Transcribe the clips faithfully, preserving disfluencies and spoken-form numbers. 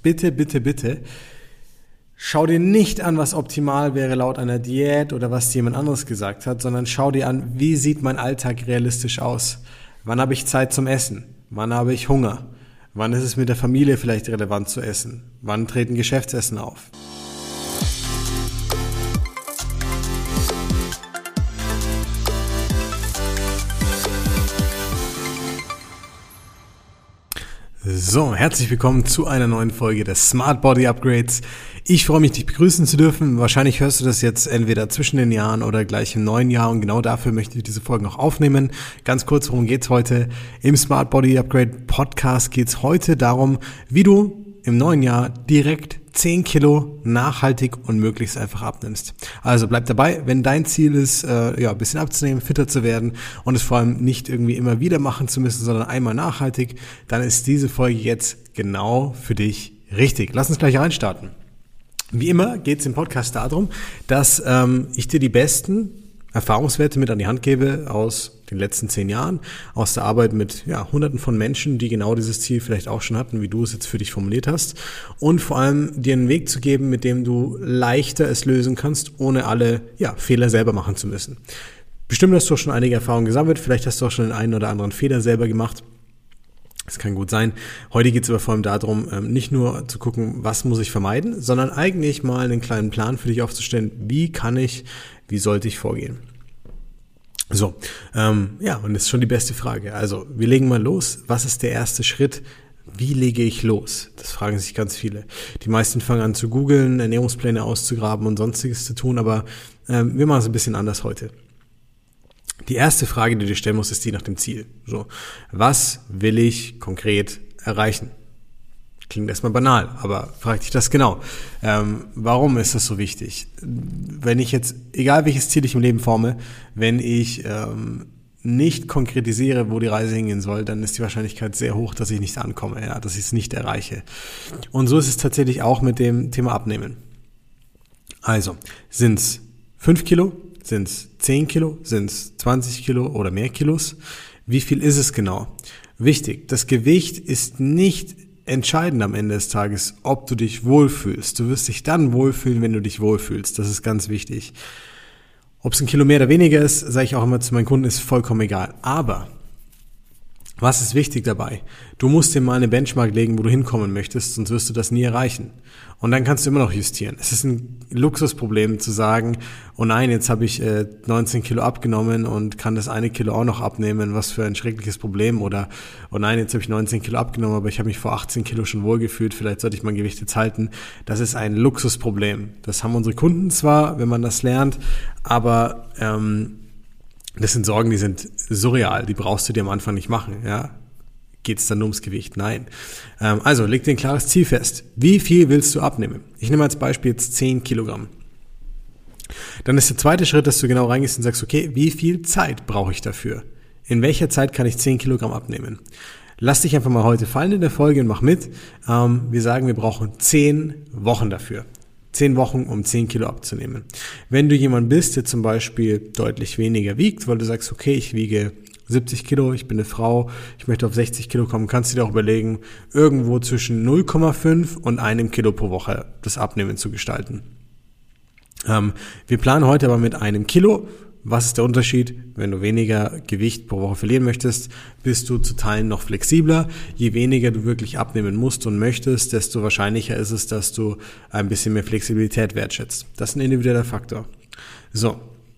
bitte, bitte, bitte, schau dir nicht an, was optimal wäre laut einer Diät oder was dir jemand anderes gesagt hat, sondern schau dir an, wie sieht mein Alltag realistisch aus? Wann habe ich Zeit zum Essen? Wann habe ich Hunger? Wann ist es mit der Familie vielleicht relevant zu essen? Wann treten Geschäftsessen auf? So, herzlich willkommen zu einer neuen Folge des Smart Body Upgrades. Ich freue mich, dich begrüßen zu dürfen. Wahrscheinlich hörst du das jetzt entweder zwischen den Jahren oder gleich im neuen Jahr und genau dafür möchte ich diese Folge noch aufnehmen. Ganz kurz, worum geht's heute? Im Smart Body Upgrade Podcast geht's heute darum, wie du im neuen Jahr direkt zehn Kilo nachhaltig und möglichst einfach abnimmst. Also bleib dabei, wenn dein Ziel ist, äh, ja, ein bisschen abzunehmen, fitter zu werden und es vor allem nicht irgendwie immer wieder machen zu müssen, sondern einmal nachhaltig, dann ist diese Folge jetzt genau für dich richtig. Lass uns gleich reinstarten. Wie immer geht es im Podcast darum, dass ähm, ich dir die besten Erfahrungswerte mit an die Hand gebe aus den letzten zehn Jahren, aus der Arbeit mit ja, Hunderten von Menschen, die genau dieses Ziel vielleicht auch schon hatten, wie du es jetzt für dich formuliert hast, und vor allem dir einen Weg zu geben, mit dem du leichter es lösen kannst, ohne alle ja, Fehler selber machen zu müssen. Bestimmt hast du auch schon einige Erfahrungen gesammelt, vielleicht hast du auch schon den einen oder anderen Fehler selber gemacht. Das kann gut sein. Heute geht es aber vor allem darum, nicht nur zu gucken, was muss ich vermeiden, sondern eigentlich mal einen kleinen Plan für dich aufzustellen, wie kann ich, wie sollte ich vorgehen. So, ähm, ja, und das ist schon die beste Frage. Also, wir legen mal los. Was ist der erste Schritt? Wie lege ich los? Das fragen sich ganz viele. Die meisten fangen an zu googeln, Ernährungspläne auszugraben und sonstiges zu tun, aber ähm, wir machen es ein bisschen anders heute. Die erste Frage, die du dir stellen musst, ist die nach dem Ziel. So, was will ich konkret erreichen? Klingt erstmal banal, aber frag dich das genau. Ähm, warum ist das so wichtig? Wenn ich jetzt, egal welches Ziel ich im Leben forme, wenn ich ähm, nicht konkretisiere, wo die Reise hingehen soll, dann ist die Wahrscheinlichkeit sehr hoch, dass ich nicht ankomme, ja, dass ich es nicht erreiche. Und so ist es tatsächlich auch mit dem Thema Abnehmen. Also, sind es fünf Kilo? Sind es zehn Kilo? Sind es zwanzig Kilo oder mehr Kilos? Wie viel ist es genau? Wichtig, das Gewicht ist nicht entscheidend am Ende des Tages, ob du dich wohlfühlst. Du wirst dich dann wohlfühlen, wenn du dich wohlfühlst. Das ist ganz wichtig. Ob es ein Kilo mehr oder weniger ist, sage ich auch immer zu meinen Kunden, ist vollkommen egal. Aber was ist wichtig dabei? Du musst dir mal eine Benchmark legen, wo du hinkommen möchtest, sonst wirst du das nie erreichen. Und dann kannst du immer noch justieren. Es ist ein Luxusproblem zu sagen, oh nein, jetzt habe ich äh, neunzehn Kilo abgenommen und kann das eine Kilo auch noch abnehmen, was für ein schreckliches Problem. Oder, oh nein, jetzt habe ich neunzehn Kilo abgenommen, aber ich habe mich vor achtzehn Kilo schon wohlgefühlt, vielleicht sollte ich mein Gewicht jetzt halten. Das ist ein Luxusproblem. Das haben unsere Kunden zwar, wenn man das lernt, aber ähm, das sind Sorgen, die sind surreal, die brauchst du dir am Anfang nicht machen, ja. Geht es dann nur ums Gewicht? Nein. Ähm, also, leg dir ein klares Ziel fest. Wie viel willst du abnehmen? Ich nehme als Beispiel jetzt zehn Kilogramm. Dann ist der zweite Schritt, dass du genau reingehst und sagst, okay, wie viel Zeit brauche ich dafür? In welcher Zeit kann ich zehn Kilogramm abnehmen? Lass dich einfach mal heute fallen in der Folge und mach mit. Ähm, wir sagen, wir brauchen zehn Wochen dafür. Zehn Wochen, um zehn Kilo abzunehmen. Wenn du jemand bist, der zum Beispiel deutlich weniger wiegt, weil du sagst, okay, ich wiege siebzig Kilo, ich bin eine Frau, ich möchte auf sechzig Kilo kommen, kannst du dir auch überlegen, irgendwo zwischen null Komma fünf und einem Kilo pro Woche das Abnehmen zu gestalten. Ähm, wir planen heute aber mit einem Kilo. Was ist der Unterschied? Wenn du weniger Gewicht pro Woche verlieren möchtest, bist du zu Teilen noch flexibler. Je weniger du wirklich abnehmen musst und möchtest, desto wahrscheinlicher ist es, dass du ein bisschen mehr Flexibilität wertschätzt. Das ist ein individueller Faktor. So,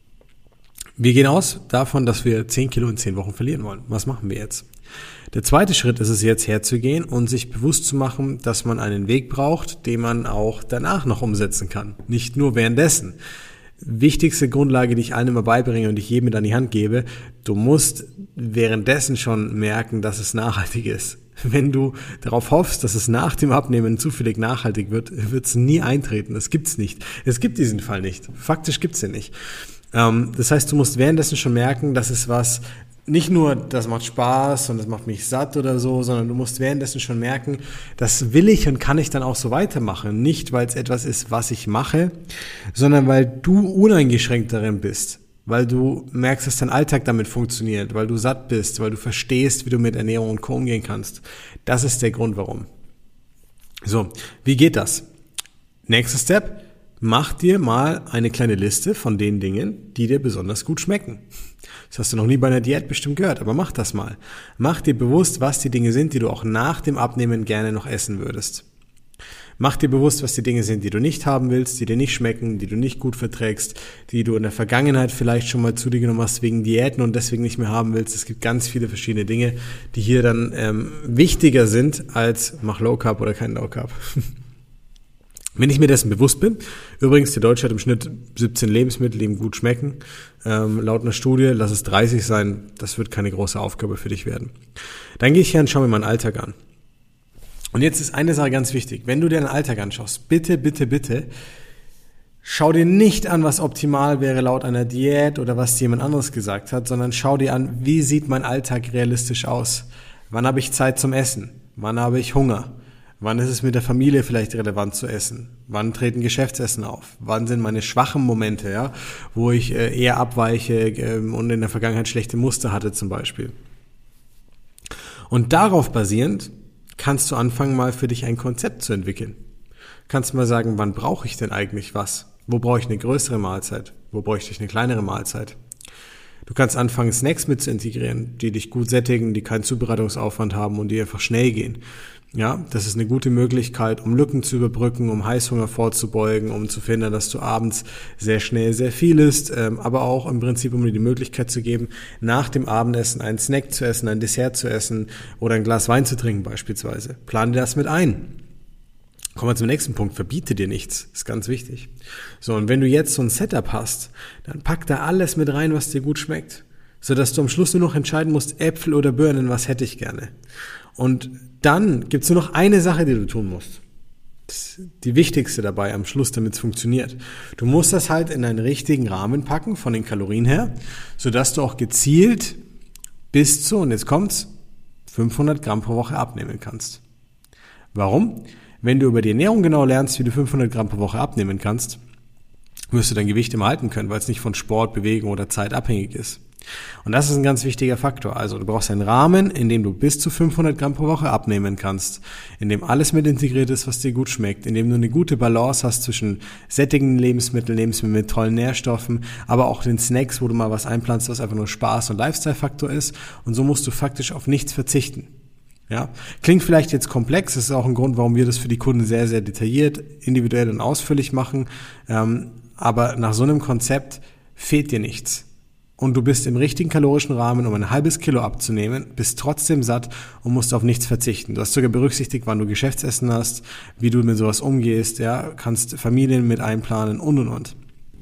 wir gehen aus davon, dass wir zehn Kilo in zehn Wochen verlieren wollen. Was machen wir jetzt? Der zweite Schritt ist es jetzt herzugehen und sich bewusst zu machen, dass man einen Weg braucht, den man auch danach noch umsetzen kann. Nicht nur währenddessen. Wichtigste Grundlage, die ich allen immer beibringe und die ich jedem mit an die Hand gebe, du musst währenddessen schon merken, dass es nachhaltig ist. Wenn du darauf hoffst, dass es nach dem Abnehmen zufällig nachhaltig wird, wird es nie eintreten. Das gibt's nicht. Es gibt diesen Fall nicht. Faktisch gibt's den nicht. Ähm, das heißt, du musst währenddessen schon merken, dass es was, nicht nur, das macht Spaß und das macht mich satt oder so, sondern du musst währenddessen schon merken, das will ich und kann ich dann auch so weitermachen. Nicht, weil es etwas ist, was ich mache, sondern weil du uneingeschränkt darin bist. Weil du merkst, dass dein Alltag damit funktioniert, weil du satt bist, weil du verstehst, wie du mit Ernährung und Co. umgehen kannst. Das ist der Grund, warum. So, wie geht das? Nächster Step, mach dir mal eine kleine Liste von den Dingen, die dir besonders gut schmecken. Das hast du noch nie bei einer Diät bestimmt gehört, aber mach das mal. Mach dir bewusst, was die Dinge sind, die du auch nach dem Abnehmen gerne noch essen würdest. Mach dir bewusst, was die Dinge sind, die du nicht haben willst, die dir nicht schmecken, die du nicht gut verträgst, die du in der Vergangenheit vielleicht schon mal zu dir genommen hast wegen Diäten und deswegen nicht mehr haben willst. Es gibt ganz viele verschiedene Dinge, die hier dann ähm, wichtiger sind als mach Low Carb oder kein Low Carb. Wenn ich mir dessen bewusst bin, übrigens, der Deutsche hat im Schnitt siebzehn Lebensmittel, die ihm gut schmecken. Ähm, laut einer Studie, lass es dreißig sein, das wird keine große Aufgabe für dich werden. Dann gehe ich her und schaue mir meinen Alltag an. Und jetzt ist eine Sache ganz wichtig. Wenn du dir deinen Alltag anschaust, bitte, bitte, bitte, schau dir nicht an, was optimal wäre laut einer Diät oder was dir jemand anderes gesagt hat, sondern schau dir an, wie sieht mein Alltag realistisch aus? Wann habe ich Zeit zum Essen? Wann habe ich Hunger? Wann ist es mit der Familie vielleicht relevant zu essen? Wann treten Geschäftsessen auf? Wann sind meine schwachen Momente, ja, wo ich äh, eher abweiche ähm, und in der Vergangenheit schlechte Muster hatte zum Beispiel? Und darauf basierend kannst du anfangen, mal für dich ein Konzept zu entwickeln. Kannst mal sagen, wann brauche ich denn eigentlich was? Wo brauche ich eine größere Mahlzeit? Wo bräuchte ich eine kleinere Mahlzeit? Du kannst anfangen, Snacks mit zu integrieren, die dich gut sättigen, die keinen Zubereitungsaufwand haben und die einfach schnell gehen. Ja, das ist eine gute Möglichkeit, um Lücken zu überbrücken, um Heißhunger vorzubeugen, um zu verhindern, dass du abends sehr schnell sehr viel isst, ähm, aber auch im Prinzip, um dir die Möglichkeit zu geben, nach dem Abendessen einen Snack zu essen, ein Dessert zu essen oder ein Glas Wein zu trinken beispielsweise. Plan dir das mit ein. Kommen wir zum nächsten Punkt. Verbiete dir nichts. Ist ganz wichtig. So, und wenn du jetzt so ein Setup hast, dann pack da alles mit rein, was dir gut schmeckt, sodass du am Schluss nur noch entscheiden musst, Äpfel oder Birnen, was hätte ich gerne. Und dann gibt's nur noch eine Sache, die du tun musst. Das ist die wichtigste dabei am Schluss, damit es funktioniert. Du musst das halt in einen richtigen Rahmen packen, von den Kalorien her, sodass du auch gezielt bis zu, und jetzt kommt's, fünfhundert Gramm pro Woche abnehmen kannst. Warum? Wenn du über die Ernährung genau lernst, wie du fünfhundert Gramm pro Woche abnehmen kannst, wirst du dein Gewicht immer halten können, weil es nicht von Sport, Bewegung oder Zeit abhängig ist. Und das ist ein ganz wichtiger Faktor. Also du brauchst einen Rahmen, in dem du bis zu fünfhundert Gramm pro Woche abnehmen kannst, in dem alles mit integriert ist, was dir gut schmeckt, in dem du eine gute Balance hast zwischen sättigenden Lebensmitteln, Lebensmitteln mit tollen Nährstoffen, aber auch den Snacks, wo du mal was einplanst, was einfach nur Spaß und Lifestyle-Faktor ist. Und so musst du faktisch auf nichts verzichten. Ja, klingt vielleicht jetzt komplex, das ist auch ein Grund, warum wir das für die Kunden sehr, sehr detailliert, individuell und ausführlich machen, ähm, aber nach so einem Konzept fehlt dir nichts. Und du bist im richtigen kalorischen Rahmen, um ein halbes Kilo abzunehmen, bist trotzdem satt und musst auf nichts verzichten. Du hast sogar berücksichtigt, wann du Geschäftsessen hast, wie du mit sowas umgehst, ja, kannst Familien mit einplanen und und und.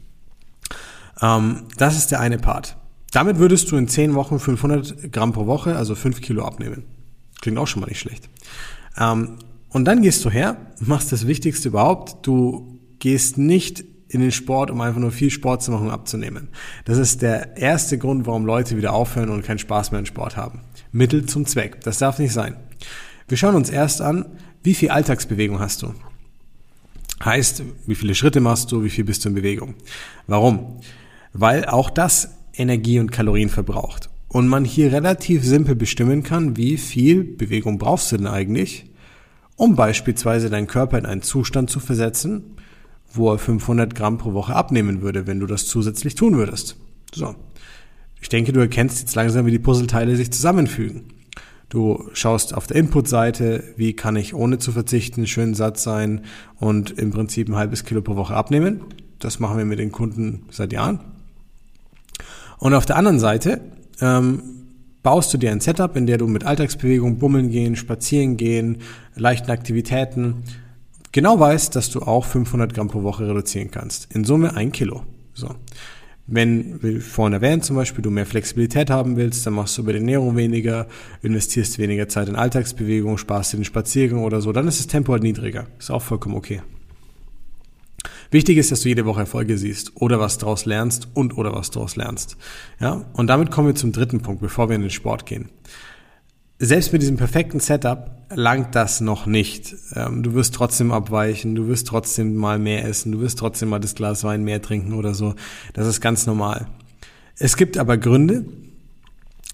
Ähm, das ist der eine Part. Damit würdest du in zehn Wochen fünfhundert Gramm pro Woche, also fünf Kilo abnehmen. Klingt auch schon mal nicht schlecht. Ähm, und dann gehst du her, machst das Wichtigste überhaupt, du gehst nicht in den Sport, um einfach nur viel Sport zu machen und abzunehmen. Das ist der erste Grund, warum Leute wieder aufhören und keinen Spaß mehr im Sport haben. Mittel zum Zweck. Das darf nicht sein. Wir schauen uns erst an, wie viel Alltagsbewegung hast du? Heißt, wie viele Schritte machst du, wie viel bist du in Bewegung? Warum? Weil auch das Energie und Kalorien verbraucht. Und man hier relativ simpel bestimmen kann, wie viel Bewegung brauchst du denn eigentlich, um beispielsweise deinen Körper in einen Zustand zu versetzen, wo er fünfhundert Gramm pro Woche abnehmen würde, wenn du das zusätzlich tun würdest. So. Ich denke, du erkennst jetzt langsam, wie die Puzzleteile sich zusammenfügen. Du schaust auf der Input-Seite, wie kann ich ohne zu verzichten schön satt sein und im Prinzip ein halbes Kilo pro Woche abnehmen. Das machen wir mit den Kunden seit Jahren. Und auf der anderen Seite ähm, baust du dir ein Setup, in der du mit Alltagsbewegung, Bummeln gehen, Spazieren gehen, leichten Aktivitäten genau weißt, dass du auch fünfhundert Gramm pro Woche reduzieren kannst. In Summe ein Kilo. So. Wenn, wie vorhin erwähnt, zum Beispiel du mehr Flexibilität haben willst, dann machst du bei der Ernährung weniger, investierst weniger Zeit in Alltagsbewegung, sparst dir den Spaziergang oder so, dann ist das Tempo halt niedriger. Ist auch vollkommen okay. Wichtig ist, dass du jede Woche Erfolge siehst oder was daraus lernst und oder was daraus lernst. Ja? Und damit kommen wir zum dritten Punkt, bevor wir in den Sport gehen. Selbst mit diesem perfekten Setup langt das noch nicht. Du wirst trotzdem abweichen, du wirst trotzdem mal mehr essen, du wirst trotzdem mal das Glas Wein mehr trinken oder so. Das ist ganz normal. Es gibt aber Gründe,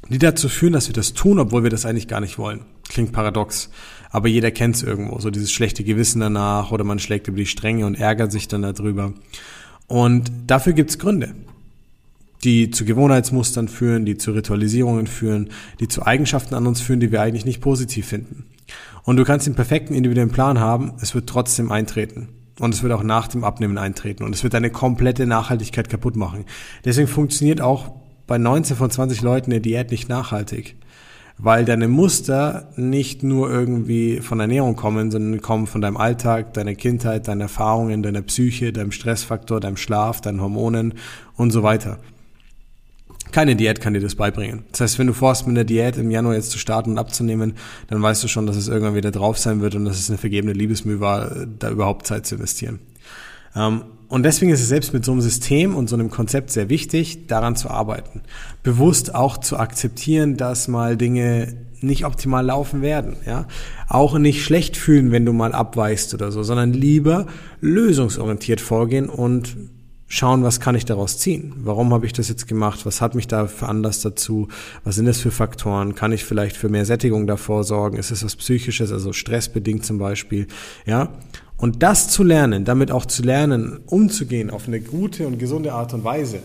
die dazu führen, dass wir das tun, obwohl wir das eigentlich gar nicht wollen. Klingt paradox, aber jeder kennt es irgendwo, so dieses schlechte Gewissen danach oder man schlägt über die Stränge und ärgert sich dann darüber. Und dafür gibt's Gründe, die zu Gewohnheitsmustern führen, die zu Ritualisierungen führen, die zu Eigenschaften an uns führen, die wir eigentlich nicht positiv finden. Und du kannst den perfekten individuellen Plan haben, es wird trotzdem eintreten. Und es wird auch nach dem Abnehmen eintreten. Und es wird deine komplette Nachhaltigkeit kaputt machen. Deswegen funktioniert auch bei neunzehn von zwanzig Leuten eine Diät nicht nachhaltig. Weil deine Muster nicht nur irgendwie von Ernährung kommen, sondern kommen von deinem Alltag, deiner Kindheit, deinen Erfahrungen, deiner Psyche, deinem Stressfaktor, deinem Schlaf, deinen Hormonen und so weiter. Keine Diät kann dir das beibringen. Das heißt, wenn du vorhast, mit einer Diät im Januar jetzt zu starten und abzunehmen, dann weißt du schon, dass es irgendwann wieder drauf sein wird und dass es eine vergebene Liebesmühe war, da überhaupt Zeit zu investieren. Und deswegen ist es selbst mit so einem System und so einem Konzept sehr wichtig, daran zu arbeiten. Bewusst auch zu akzeptieren, dass mal Dinge nicht optimal laufen werden. Ja? Auch nicht schlecht fühlen, wenn du mal abweichst oder so, sondern lieber lösungsorientiert vorgehen und schauen, was kann ich daraus ziehen? Warum habe ich das jetzt gemacht? Was hat mich da veranlasst dazu? Was sind das für Faktoren? Kann ich vielleicht für mehr Sättigung davor sorgen? Ist es was Psychisches, also stressbedingt zum Beispiel? Ja. Und das zu lernen, damit auch zu lernen, umzugehen auf eine gute und gesunde Art und Weise,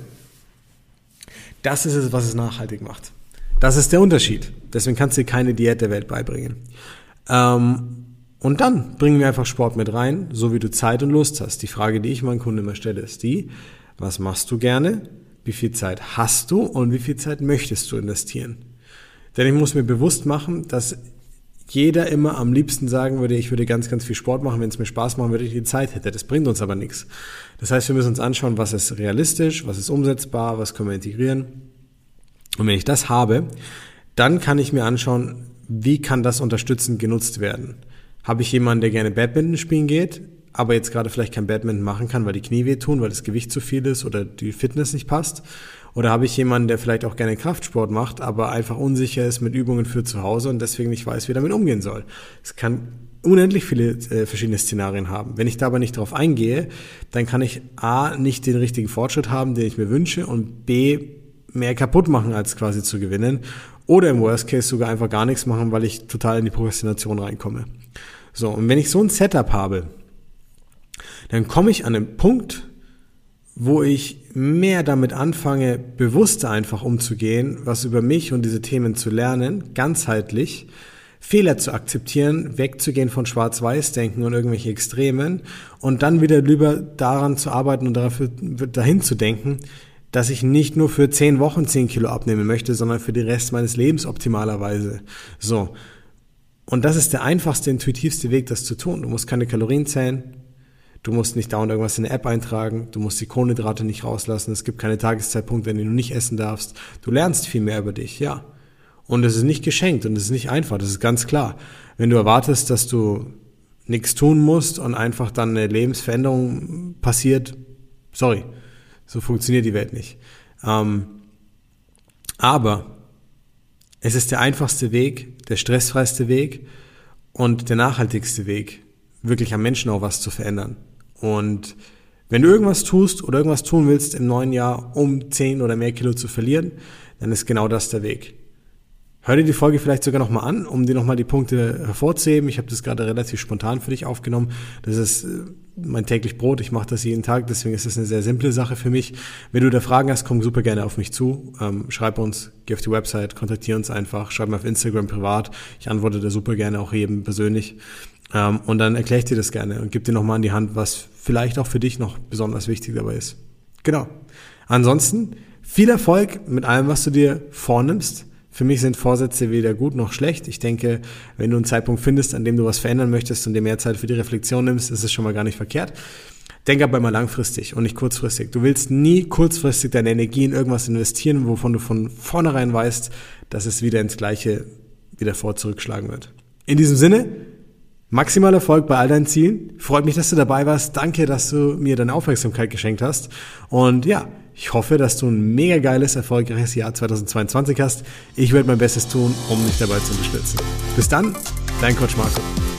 das ist es, was es nachhaltig macht. Das ist der Unterschied. Deswegen kannst du dir keine Diät der Welt beibringen. Ähm, Und dann bringen wir einfach Sport mit rein, so wie du Zeit und Lust hast. Die Frage, die ich meinen Kunden immer stelle, ist die, was machst du gerne, wie viel Zeit hast du und wie viel Zeit möchtest du investieren? Denn ich muss mir bewusst machen, dass jeder immer am liebsten sagen würde, ich würde ganz, ganz viel Sport machen, wenn es mir Spaß machen würde, ich die Zeit hätte. Das bringt uns aber nichts. Das heißt, wir müssen uns anschauen, was ist realistisch, was ist umsetzbar, was können wir integrieren. Und wenn ich das habe, dann kann ich mir anschauen, wie kann das unterstützend genutzt werden. Habe ich jemanden, der gerne Badminton spielen geht, aber jetzt gerade vielleicht kein Badminton machen kann, weil die Knie wehtun, weil das Gewicht zu viel ist oder die Fitness nicht passt? Oder habe ich jemanden, der vielleicht auch gerne Kraftsport macht, aber einfach unsicher ist mit Übungen für zu Hause und deswegen nicht weiß, wie damit umgehen soll? Es kann unendlich viele äh, verschiedene Szenarien haben. Wenn ich da aber nicht drauf eingehe, dann kann ich A, nicht den richtigen Fortschritt haben, den ich mir wünsche, und B, mehr kaputt machen, als quasi zu gewinnen. Oder im Worst Case sogar einfach gar nichts machen, weil ich total in die Prokrastination reinkomme. So, und wenn ich so ein Setup habe, dann komme ich an einen Punkt, wo ich mehr damit anfange, bewusster einfach umzugehen, was über mich und diese Themen zu lernen, ganzheitlich, Fehler zu akzeptieren, wegzugehen von Schwarz-Weiß-Denken und irgendwelche Extremen und dann wieder lieber daran zu arbeiten und dafür, dahin zu denken, dass ich nicht nur für zehn Wochen zehn Kilo abnehmen möchte, sondern für den Rest meines Lebens optimalerweise. So. Und das ist der einfachste, intuitivste Weg, das zu tun. Du musst keine Kalorien zählen, du musst nicht dauernd irgendwas in eine App eintragen, du musst die Kohlenhydrate nicht rauslassen, es gibt keine Tageszeitpunkte, wenn du nicht essen darfst. Du lernst viel mehr über dich, ja. Und es ist nicht geschenkt und es ist nicht einfach, das ist ganz klar. Wenn du erwartest, dass du nichts tun musst und einfach dann eine Lebensveränderung passiert, sorry, so funktioniert die Welt nicht. Ähm, aber es ist der einfachste Weg, der stressfreiste Weg und der nachhaltigste Weg, wirklich am Menschen auch was zu verändern. Und wenn du irgendwas tust oder irgendwas tun willst im neuen Jahr, um zehn oder mehr Kilo zu verlieren, dann ist genau das der Weg. Hör dir die Folge vielleicht sogar nochmal an, um dir nochmal die Punkte hervorzuheben. Ich habe das gerade relativ spontan für dich aufgenommen. Das ist mein täglich Brot. Ich mache das jeden Tag, deswegen ist das eine sehr simple Sache für mich. Wenn du da Fragen hast, komm super gerne auf mich zu. Ähm, schreib uns, geh auf die Website, kontaktiere uns einfach, schreib mir auf Instagram privat. Ich antworte da super gerne auch jedem persönlich. Ähm, und dann erkläre ich dir das gerne und gebe dir nochmal an die Hand, was vielleicht auch für dich noch besonders wichtig dabei ist. Genau. Ansonsten viel Erfolg mit allem, was du dir vornimmst. Für mich sind Vorsätze weder gut noch schlecht. Ich denke, wenn du einen Zeitpunkt findest, an dem du was verändern möchtest und dir mehr Zeit für die Reflexion nimmst, ist es schon mal gar nicht verkehrt. Denk aber immer langfristig und nicht kurzfristig. Du willst nie kurzfristig deine Energie in irgendwas investieren, wovon du von vornherein weißt, dass es wieder ins Gleiche wieder vor zurückschlagen wird. In diesem Sinne, maximal Erfolg bei all deinen Zielen. Freut mich, dass du dabei warst. Danke, dass du mir deine Aufmerksamkeit geschenkt hast. Und ja, ich hoffe, dass du ein mega geiles, erfolgreiches Jahr zweitausendzweiundzwanzig hast. Ich werde mein Bestes tun, um dich dabei zu unterstützen. Bis dann, dein Coach Marco.